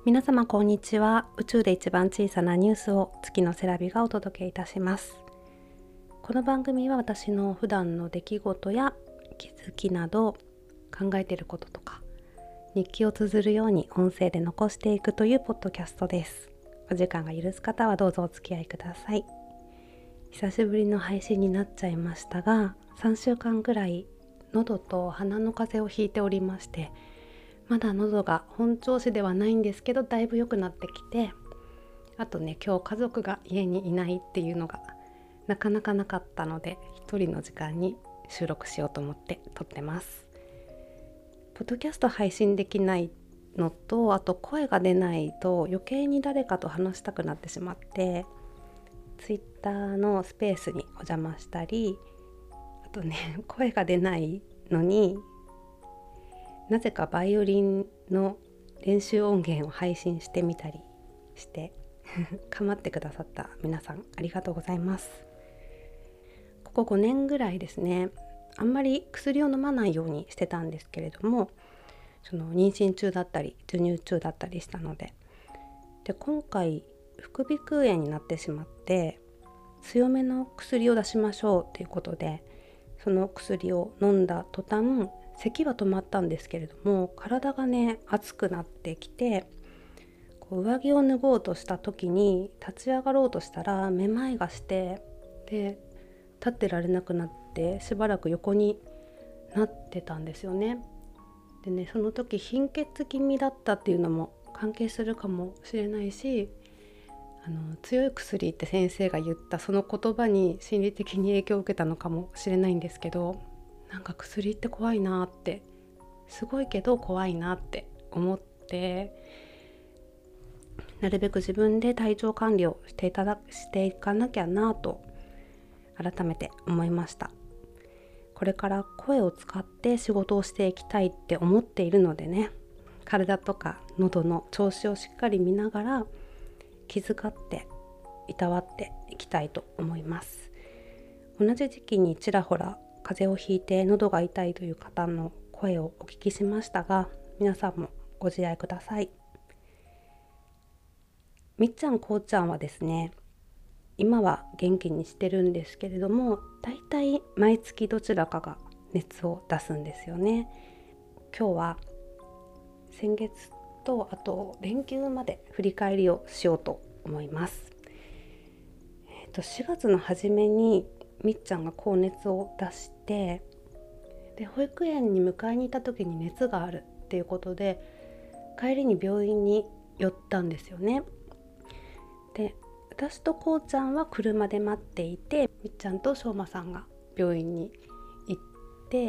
皆様こんにちは。宇宙で一番小さなニュースを月のセラビがお届けいたします。この番組は私の普段の出来事や気づきなど考えていることとか日記を綴るように音声で残していくというポッドキャストです。お時間が許す方はどうぞお付き合いください。久しぶりの配信になっちゃいましたが、3週間ぐらい喉と鼻の風邪をひいておりまして、まだ喉が本調子ではないんですけど、だいぶ良くなってきて、あとね、今日家族が家にいないっていうのがなかなかなかったので、一人の時間に収録しようと思って撮ってます。ポッドキャスト配信できないのと、あと声が出ないと余計に誰かと話したくなってしまって、ツイッターのスペースにお邪魔したり、あとね、声が出ないのになぜかバイオリンの練習音源を配信してみたりして構ってくださった皆さんありがとうございます。ここ5年ぐらいですね、あんまり薬を飲まないようにしてたんですけれども、その妊娠中だったり授乳中だったりしたので、今回副鼻腔炎になってしまって、強めの薬を出しましょうということで、その薬を飲んだ途端咳は止まったんですけれども、体がね熱くなってきて、上着を脱ごうとした時に立ち上がろうとしたらめまいがして、で立ってられなくなってしばらく横になってたんですよね。でね、その時貧血気味だったっていうのも関係するかもしれないし、強い薬って先生が言ったその言葉に心理的に影響を受けたのかもしれないんですけど、なんか薬って怖いなって、すごいけど怖いなって思って、なるべく自分で体調管理をしていかなきゃなと改めて思いました。これから声を使って仕事をしていきたいって思っているのでね、体とか喉の調子をしっかり見ながら気遣っていたわっていきたいと思います。同じ時期にちらほら風邪をひいて喉が痛いという方の声をお聞きしましたが、皆さんもご自愛ください。みっちゃんこうちゃんはですね、今は元気にしてるんですけれども、だいたい毎月どちらかが熱を出すんですよね。今日は先月とあと連休まで振り返りをしようと思います。4月の初めにみっちゃんが高熱を出して、で保育園に迎えに行った時に熱があるっていうことで、帰りに病院に寄ったんですよね。で私とこうちゃんは車で待っていて、みっちゃんとしょうまさんが病院に行って、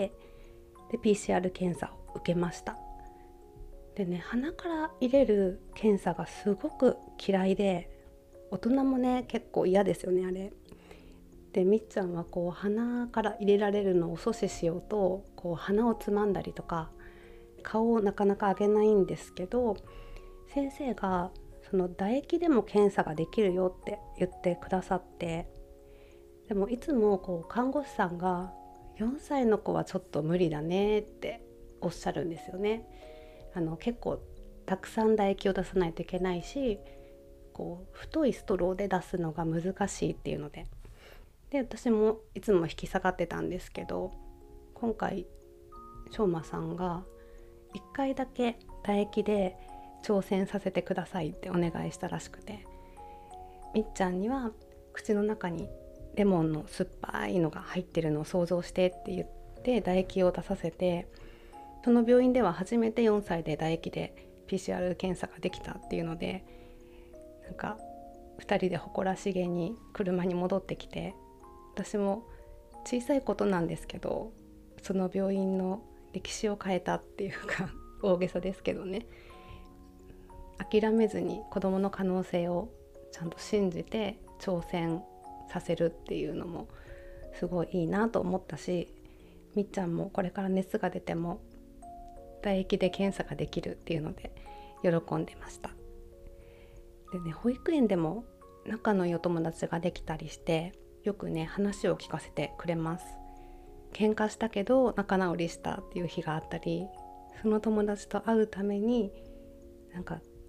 で PCR 検査を受けました。でね、鼻から入れる検査がすごく嫌いで、大人もね結構嫌ですよねあれで。みっちゃんは鼻から入れられるのを阻止しようと鼻をつまんだりとか、顔をなかなか上げないんですけど、先生がその唾液でも検査ができるよって言ってくださって、でもいつも看護師さんが4歳の子はちょっと無理だねっておっしゃるんですよね。結構たくさん唾液を出さないといけないし、太いストローで出すのが難しいっていうので、私もいつも引き下がってたんですけど、今回しょうまさんが1回だけ唾液で挑戦させてくださいってお願いしたらしくて、みっちゃんには口の中にレモンの酸っぱいのが入ってるのを想像してって言って唾液を出させて、その病院では初めて4歳で唾液で PCR 検査ができたっていうので、なんか2人で誇らしげに車に戻ってきて、私も小さいことなんですけどその病院の歴史を変えたっていうか大げさですけどね、諦めずに子どもの可能性をちゃんと信じて挑戦させるっていうのもすごいいいなと思ったし、みっちゃんもこれから熱が出ても唾液で検査ができるっていうので喜んでました。でね、保育園でも仲のいいお友達ができたりして、よくね話を聞かせてくれます。喧嘩したけど仲直りしたっていう日があったり、その友達と会うためになんか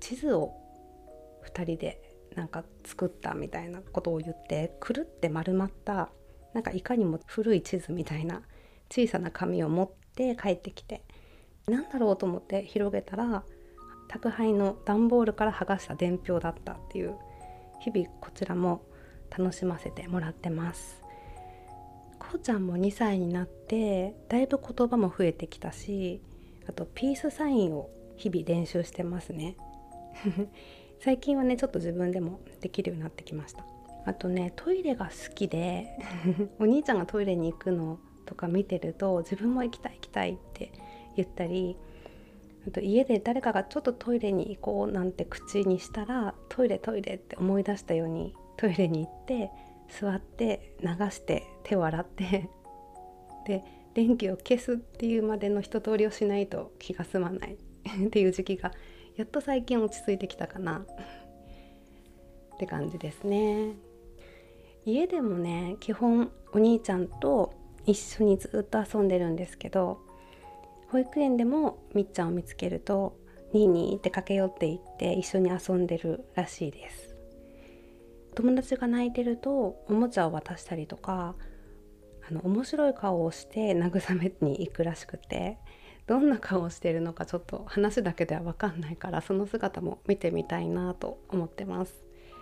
地図を2人でなんか作ったみたいなことを言って、くるって丸まったなんかいかにも古い地図みたいな小さな紙を持って帰ってきて、なんだろうと思って広げたら、宅配の段ボールから剥がした伝票だったっていう、日々こちらも楽しませてもらってます。こうちゃんも2歳になってだいぶ言葉も増えてきたし、あとピースサインを日々練習してますね最近はねちょっと自分でもできるようになってきました。あとねトイレが好きでお兄ちゃんがトイレに行くのとか見てると、自分も行きたい行きたいって言ったり、あと家で誰かがちょっとトイレに行こうなんて口にしたら、トイレトイレって思い出したようにトイレに行って座って流して手を洗ってで電気を消すっていうまでの一通りをしないと気が済まないっていう時期がやっと最近落ち着いてきたかなって感じですね。家でもね基本お兄ちゃんと一緒にずっと遊んでるんですけど、保育園でもみっちゃんを見つけるとニーニーって駆け寄っていって一緒に遊んでるらしいです。友達が泣いてるとおもちゃを渡したりとか、面白い顔をして慰めに行くらしくて、どんな顔をしているのかちょっと話だけでは分かんないから、その姿も見てみたいなと思ってます。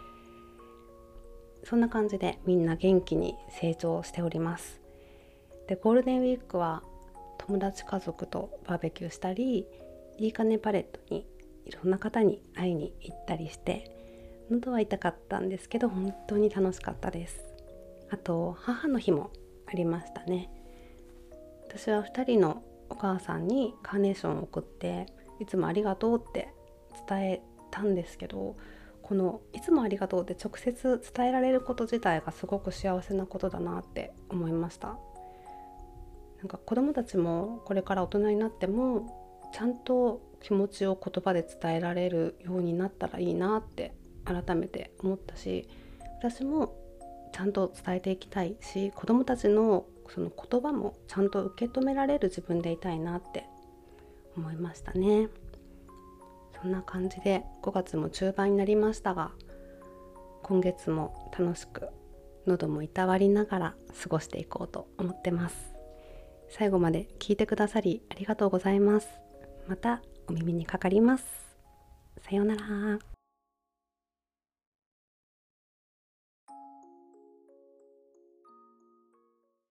そんな感じでみんな元気に成長しております。でゴールデンウィークは友達家族とバーベキューしたり、いいかねパレットにいろんな方に会いに行ったりして、喉は痛かったんですけど本当に楽しかったです。あと母の日もありましたね。私は2人のお母さんにカーネーションを送っていつもありがとうって伝えたんですけど、このいつもありがとうって直接伝えられること自体がすごく幸せなことだなって思いました。なんか子供たちもこれから大人になってもちゃんと気持ちを言葉で伝えられるようになったらいいなって改めて思ったし、私もちゃんと伝えていきたいし、子供たちのその言葉もちゃんと受け止められる自分でいたいなって思いましたね。そんな感じで5月も中盤になりましたが、今月も楽しく喉もいたわりながら過ごしていこうと思ってます。最後まで聞いてくださりありがとうございます。またお耳にかかります。さようなら。